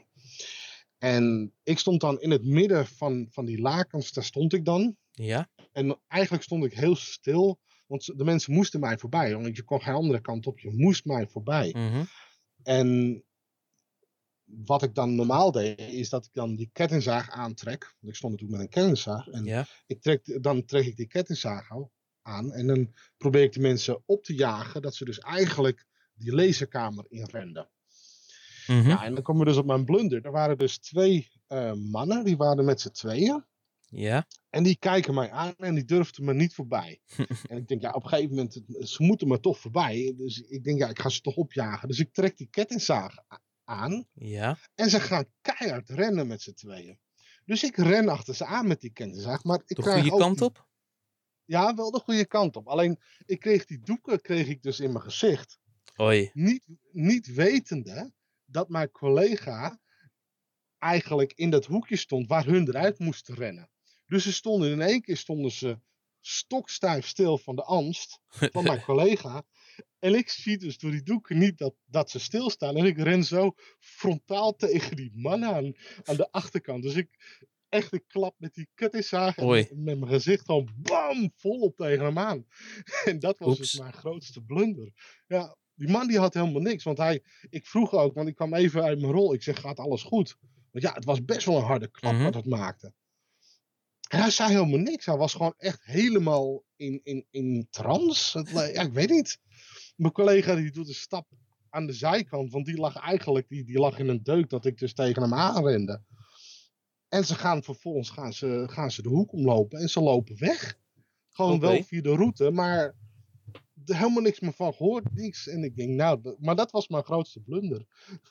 En ik stond dan in het midden van, van die lakens, daar stond ik dan. Ja. En eigenlijk stond ik heel stil, want de mensen moesten mij voorbij. Want je kon geen andere kant op, je moest mij voorbij. Mm-hmm. En wat ik dan normaal deed, is dat ik dan die kettingzaag aantrek. Want ik stond natuurlijk met een kettingzaag. En ja. ik trek, dan trek ik die kettingzaag aan. En dan probeer ik de mensen op te jagen, dat ze dus eigenlijk die laserkamer inrenden. Mm-hmm. Ja, en dan komen we dus op mijn blunder. Er waren dus twee uh, mannen, die waren met z'n tweeën. Ja. En die kijken mij aan en die durfden me niet voorbij. En ik denk, ja, op een gegeven moment, ze moeten me toch voorbij. Dus ik denk, ja, ik ga ze toch opjagen. Dus ik trek die kettingzaag aan. Ja. En ze gaan keihard rennen met z'n tweeën. Dus ik ren achter ze aan met die kettingzaag. Maar ik de krijg goede ook kant die... op? Ja, wel de goede kant op. Alleen, ik kreeg die doeken kreeg ik dus in mijn gezicht. Oei. Niet, niet wetende dat mijn collega eigenlijk in dat hoekje stond waar hun eruit moesten rennen. Dus ze stonden in één keer stonden ze stokstijf stil van de angst van mijn collega. En ik zie dus door die doeken niet dat, dat ze stilstaan. En ik ren zo frontaal tegen die man aan, aan de achterkant. Dus ik echt een klap met die kettingzaag en met, met mijn gezicht gewoon bam, volop tegen hem aan. En dat was Oeps. dus mijn grootste blunder. Ja, die man die had helemaal niks. Want hij, ik vroeg ook, want ik kwam even uit mijn rol. Ik zeg, gaat alles goed? Want ja, het was best wel een harde klap mm-hmm. wat het maakte. En hij zei helemaal niks. Hij was gewoon echt helemaal in, in, in trance. Het, ja, ik weet niet. Mijn collega die doet een stap aan de zijkant. Want die lag eigenlijk die, die lag in een deuk dat ik dus tegen hem aanrende. En ze gaan vervolgens gaan ze, gaan ze de hoek omlopen en ze lopen weg. Gewoon Oké. wel via de route, maar er helemaal niks meer van gehoord, niks. En ik denk, nou, dat- maar dat was mijn grootste blunder.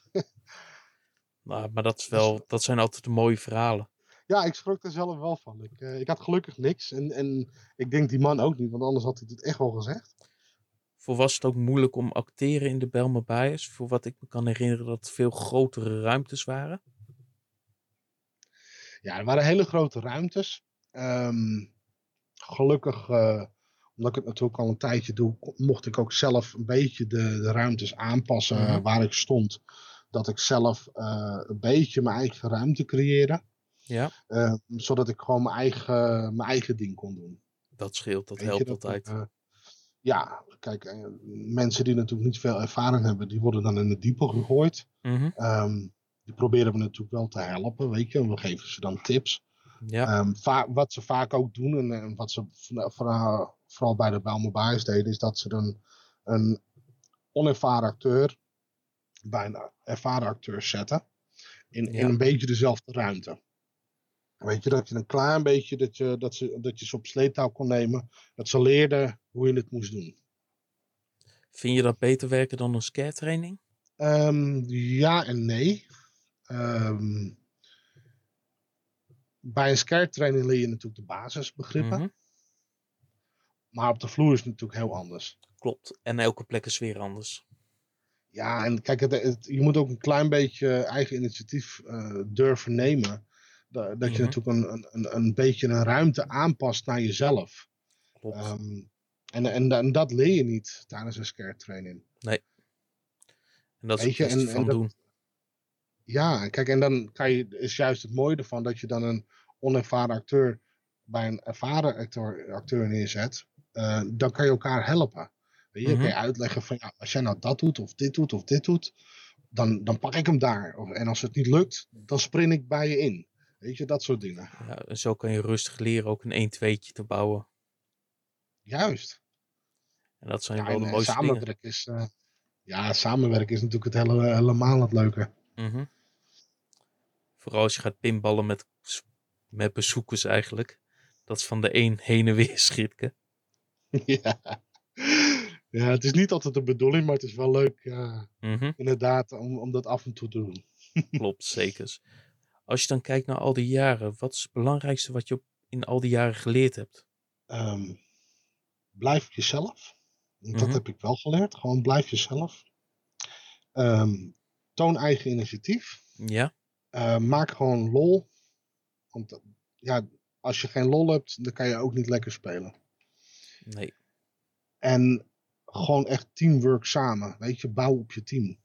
Nou, maar dat, is Dus, wel, dat zijn altijd de mooie verhalen. ja, ik schrok er zelf wel van. Ik, eh, ik had gelukkig niks. En, en ik denk die man ook niet, want anders had hij het echt wel gezegd. Voor was het ook moeilijk om acteren in de Bijlmer Bias? Voor wat ik me kan herinneren dat het veel grotere ruimtes waren. Ja, er waren hele grote ruimtes. Ehm, gelukkig, eh, omdat ik het natuurlijk al een tijdje doe, mocht ik ook zelf een beetje de, de ruimtes aanpassen Mhm. waar ik stond. Dat ik zelf eh, een beetje mijn eigen ruimte creëerde. Ja, Eh, zodat ik gewoon mijn eigen, mijn eigen ding kon doen. dat scheelt. Dat Weet je, helpt dat, altijd. eh, ja, kijk, eh, mensen die natuurlijk niet veel ervaring hebben, die worden dan in het diepe gegooid. Mhm. Ehm, die proberen we natuurlijk wel te helpen, weet je. En we geven ze dan tips. Ja, Ehm, va- wat ze vaak ook doen, en, en wat ze v- vooral, vooral bij de Bijlmer Bias deden, is dat ze dan een onervaren acteur bij een ervaren acteur zetten. In, Ja. in een beetje dezelfde ruimte. Weet je, dat je een klein beetje, dat je, dat, ze, dat je ze op sleeptouw kon nemen. Dat ze leerden hoe je het moest doen. Vind je dat beter werken dan een scare training? Ehm, ja en nee. Ehm, bij een scare training leer je natuurlijk de basisbegrippen. Mhm. Maar op de vloer is het natuurlijk heel anders. Klopt. En elke plek is weer anders. Ja, en kijk, het, het- je moet ook een klein beetje eigen initiatief eh, durven nemen. Da- dat je Mhm. natuurlijk een, een, een, een beetje een ruimte aanpast naar jezelf. Klopt. Ehm, en, en, en dat leer je niet tijdens een scare training. Nee. En dat is een Weet je, kwestie en, en van dat, doen. ja, kijk, en dan kan je, is juist het mooie ervan dat je dan een onervaren acteur bij een ervaren acteur, acteur neerzet. Eh, dan kan je elkaar helpen. Weet je, Mhm. kan je uitleggen van ja, als jij nou dat doet, of dit doet, of dit doet, dan, dan pak ik hem daar. Of, en als het niet lukt, dan spring ik bij je in. Weet je, dat soort dingen. Ja, en zo kan je rustig leren ook een één tweetje te bouwen. Juist. En dat zijn Ja, wel en, de en mooiste dingen. samenwerken is, eh, ja, samenwerken is natuurlijk het hele, helemaal het leuke. Mhm. Vooral als je gaat pinballen met, met bezoekers eigenlijk. Dat is van de een heen en weer schitken. Ja. Ja, het is niet altijd de bedoeling, maar het is wel leuk, ja, Mhm. inderdaad, om, om dat af en toe te doen. Klopt, zeker. Als je dan kijkt naar al die jaren, wat is het belangrijkste wat je op- in al die jaren geleerd hebt? Ehm, blijf jezelf. Dat Mhm. heb ik wel geleerd. Gewoon blijf jezelf. Ehm, toon eigen initiatief. Ja, Eh, maak gewoon lol. Want eh, ja, als je geen lol hebt, dan kan je ook niet lekker spelen. nee. En gewoon echt teamwork samen. Weet je, bouw op je team.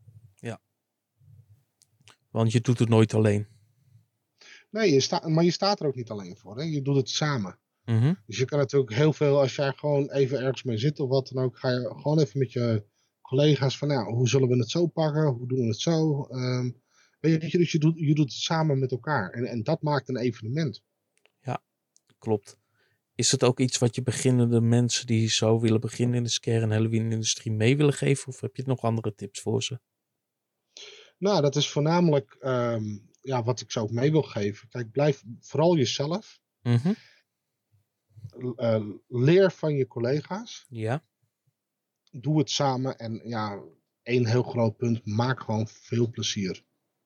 Want je doet het nooit alleen. Nee, je sta, maar je staat er ook niet alleen voor. Hè? Je doet het samen. Mhm. Dus je kan natuurlijk heel veel, als jij gewoon even ergens mee zit of wat dan ook, ga je gewoon even met je collega's van, nou, hoe zullen we het zo pakken? Hoe doen we het zo? Ehm, weet je, dus je doet, je doet het samen met elkaar. En, en dat maakt een evenement. Klopt. Is het ook iets wat je beginnende mensen die zo willen beginnen in de scare en Halloween-industrie mee willen geven? Of heb je nog andere tips voor ze? Nou, dat is voornamelijk ehm, ja, wat ik ze ook mee wil geven. Kijk, blijf vooral jezelf. Mhm. Uh, leer van je collega's. Ja, Doe het samen. En ja, één heel groot punt. Maak gewoon veel plezier.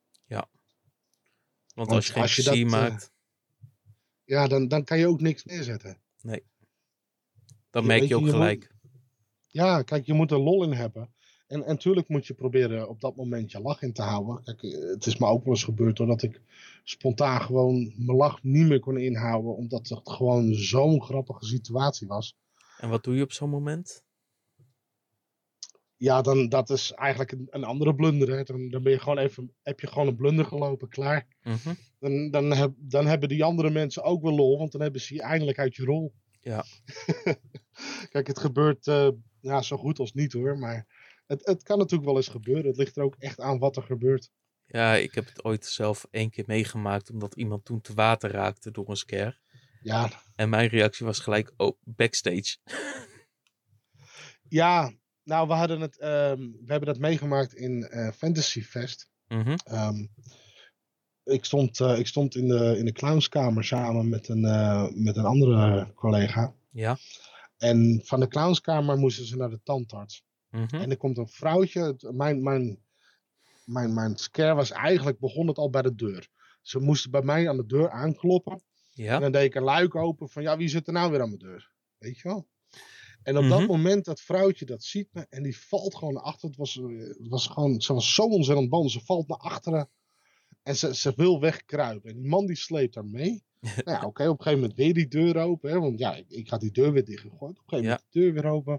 want Want als je geen als je plezier dat, eh, maakt, ja, dan, dan kan je ook niks neerzetten. nee. Dan Je, merk weet je je, ook je gelijk. moet, ja, kijk, je moet er lol in hebben. En, en tuurlijk moet je proberen op dat moment je lach in te houden. Kijk, eh, het is me ook wel eens gebeurd doordat ik spontaan gewoon mijn lach niet meer kon inhouden. Omdat het gewoon zo'n grappige situatie was. En wat doe je op zo'n moment? Ja, dan dat is eigenlijk een, een andere blunder. Hè. Dan, dan ben je gewoon even, heb je gewoon een blunder gelopen, klaar. Mhm. Dan, dan, heb, dan hebben die andere mensen ook wel lol, want dan hebben ze je eindelijk uit je rol. Ja. Kijk, het gebeurt eh, ja, zo goed als niet hoor, maar het, het kan natuurlijk wel eens gebeuren. Het ligt er ook echt aan wat er gebeurt. Ja, ik heb het ooit zelf één keer meegemaakt omdat iemand toen te water raakte door een scare. Ja, En mijn reactie was gelijk, oh, backstage. ja nou we hadden het, ehm, we hebben dat meegemaakt in eh, Fantasy Fest. Mhm. Ehm, ik stond, uh, ik stond in, de, in de clownskamer samen met een, uh, met een andere collega. Ja. En van de clownskamer moesten ze naar de tandarts. Mm-hmm. En er komt een vrouwtje. Mijn, mijn, mijn, mijn scare was eigenlijk, begon het al bij de deur. Ze moesten bij mij aan de deur aankloppen. Ja. En dan deed ik een luik open van, ja, wie zit er nou weer aan mijn deur? Weet je wel? En op Mm-hmm. dat moment, dat vrouwtje, dat ziet me en die valt gewoon naar achteren. Het was, het was gewoon, ze was zo ontzettend bang. Ze valt naar achteren en ze, ze wil wegkruipen. En die man die sleept haar mee. Nou ja, oké, okay, op een gegeven moment weer die deur open. Hè, want ja, ik, ik had die deur weer dichtgegooid. Op een gegeven moment ja. de deur weer open.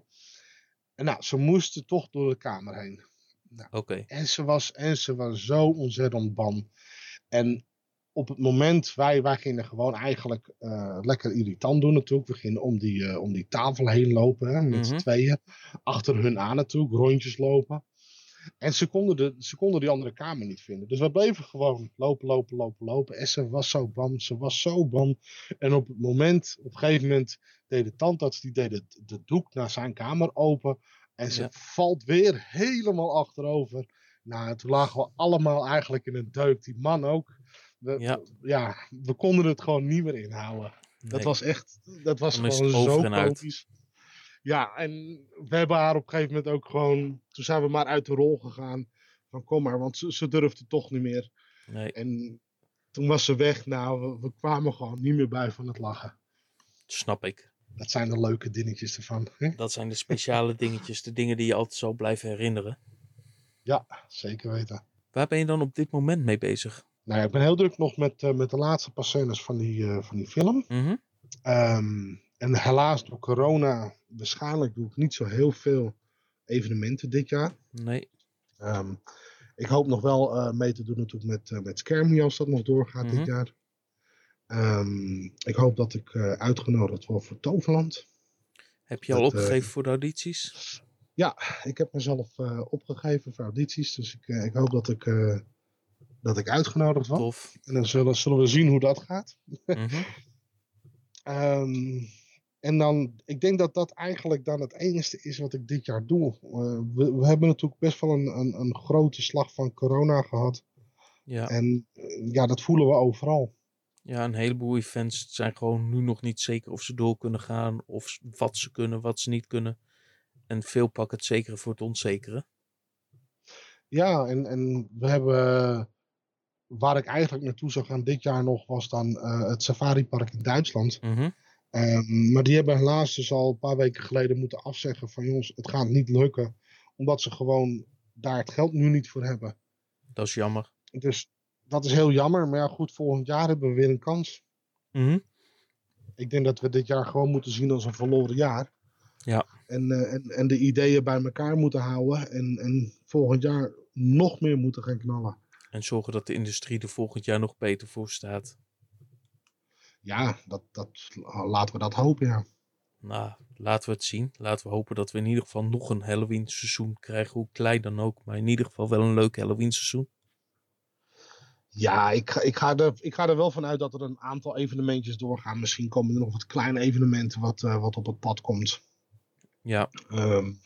En nou, ze moesten toch door de kamer heen. Nou, okay. en, ze was, en ze was zo ontzettend bang. En op het moment, wij, wij gingen gewoon eigenlijk uh, lekker irritant doen natuurlijk. We gingen om die, uh, om die tafel heen lopen, hè, met mm-hmm. z'n tweeën. Achter hun aan natuurlijk, rondjes lopen. En ze konden, de, ze konden die andere kamer niet vinden. Dus we bleven gewoon lopen, lopen, lopen, lopen. En ze was zo bang, ze was zo bang. En op het moment, op een gegeven moment, deed de tandarts, die deed het, de doek naar zijn kamer open. En ze ja. valt weer helemaal achterover. Nou, toen lagen we allemaal eigenlijk in een deuk. Die man ook. We, ja. ja, we konden het gewoon niet meer inhouden. Nee. Dat was echt, dat was Dan gewoon zo komisch. Ja, en we hebben haar op een gegeven moment ook gewoon, toen zijn we maar uit de rol gegaan. Van kom maar, want ze, ze durfde toch niet meer. Nee. En toen was ze weg. Nou, we, we kwamen gewoon niet meer bij van het lachen. Snap ik. Dat zijn de leuke dingetjes ervan. Hè? Dat zijn de speciale dingetjes, de dingen die je altijd zal blijven herinneren. Ja, zeker weten. Waar ben je dan op dit moment mee bezig? Nou ja, ik ben heel druk nog met, uh, met de laatste paar scènes van die, uh, van die film. Mm-hmm. Um, en helaas door corona, waarschijnlijk doe ik niet zo heel veel evenementen dit jaar. Nee. Um, ik hoop nog wel uh, mee te doen natuurlijk met, uh, met Skermie als dat nog doorgaat mm-hmm. dit jaar. Um, ik hoop dat ik uh, uitgenodigd word voor Toverland. Heb je al dat, opgegeven uh, voor de audities? Ja, ik heb mezelf uh, opgegeven voor audities. Dus ik, uh, ik hoop dat ik, uh, dat ik uitgenodigd word. Tof. En dan zullen, zullen we zien hoe dat gaat. Mm-hmm. um, en dan, ik denk dat dat eigenlijk dan het enige is wat ik dit jaar doe. Uh, we, we hebben natuurlijk best wel een, een, een grote slag van corona gehad. Ja. En uh, ja, dat voelen we overal. Ja, een heleboel events zijn gewoon nu nog niet zeker of ze door kunnen gaan. Of wat ze kunnen, wat ze niet kunnen. En veel pakken het zekere voor het onzekere. Ja, en, en we hebben... Waar ik eigenlijk naartoe zou gaan dit jaar nog was dan uh, het safaripark in Duitsland. Mm-hmm. Um, maar die hebben helaas dus al een paar weken geleden moeten afzeggen van jongens, het gaat niet lukken. Omdat ze gewoon daar het geld nu niet voor hebben. Dat is jammer. Dus dat is heel jammer. Maar ja goed, volgend jaar hebben we weer een kans. Mm-hmm. Ik denk dat we dit jaar gewoon moeten zien als een verloren jaar. Ja. En, uh, en, en de ideeën bij elkaar moeten houden. En, en volgend jaar nog meer moeten gaan knallen. En zorgen dat de industrie er volgend jaar nog beter voor staat. Ja, dat, dat, laten we dat hopen, ja. Nou, laten we het zien. Laten we hopen dat we in ieder geval nog een Halloween seizoen krijgen. Hoe klein dan ook. Maar in ieder geval wel een leuk Halloween seizoen. Ja, ik, ik, ga er, ik ga er wel vanuit dat er een aantal evenementjes doorgaan. Misschien komen er nog wat kleine evenementen wat, uh, wat op het pad komt. Ja. Um,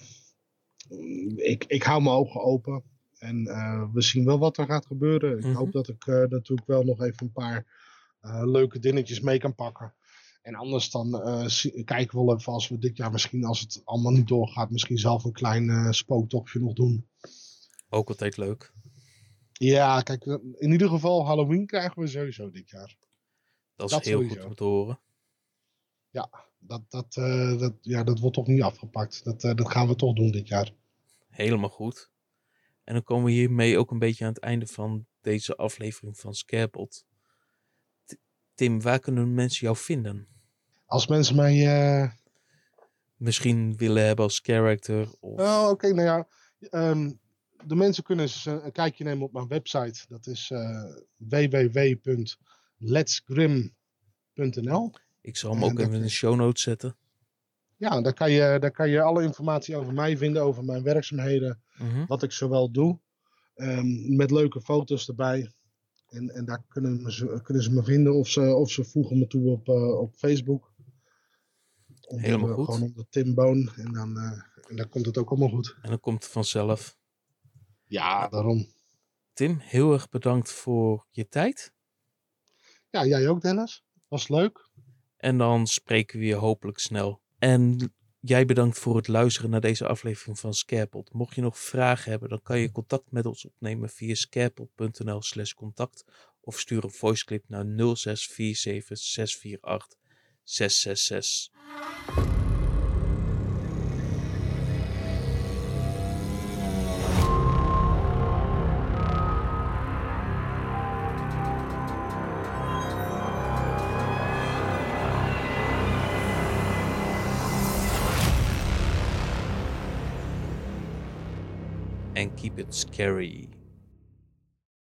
ik, ik hou mijn ogen open. En uh, we zien wel wat er gaat gebeuren. Ik mm-hmm. hoop dat ik uh, natuurlijk wel nog even een paar uh, leuke dingetjes mee kan pakken. En anders dan uh, zie, kijken we wel even als we dit jaar misschien, als het allemaal niet doorgaat, misschien zelf een klein uh, spooktochtje nog doen. Ook altijd leuk. Ja, kijk, in ieder geval Halloween krijgen we sowieso dit jaar. Dat is dat heel sowieso. Goed om te horen. Ja, dat, dat, uh, dat, ja, dat wordt toch niet afgepakt. Dat, uh, dat gaan we toch doen dit jaar. Helemaal goed. En dan komen we hiermee ook een beetje aan het einde van deze aflevering van Scarepod. T- Tim, waar kunnen mensen jou vinden? Als mensen mij... Uh... Misschien willen hebben als character. Of... Oh, oké. Okay, nou ja. Um, de mensen kunnen eens een kijkje nemen op mijn website. Dat is uh, w w w punt lets grim punt n l. Ik zal hem ook even in de show notes zetten. Ja, daar kan, je, daar kan je alle informatie over mij vinden, over mijn werkzaamheden, mm-hmm. wat ik zowel doe, um, met leuke foto's erbij. En, en daar kunnen ze, kunnen ze me vinden of ze, of ze voegen me toe op, uh, op Facebook. Onder, Helemaal goed. Gewoon onder Tim Boon en dan, uh, en dan komt het ook allemaal goed. En dan komt het vanzelf. Ja, daarom. Tim, heel erg bedankt voor je tijd. Ja, jij ook, Dennis. Was leuk. En dan spreken we je hopelijk snel. En jij bedankt voor het luisteren naar deze aflevering van Scarepod. Mocht je nog vragen hebben, dan kan je contact met ons opnemen via scarepod.nl slash contact of stuur een voiceclip naar nul zes vier zeven zes vier acht zes zes zes. And keep it scary.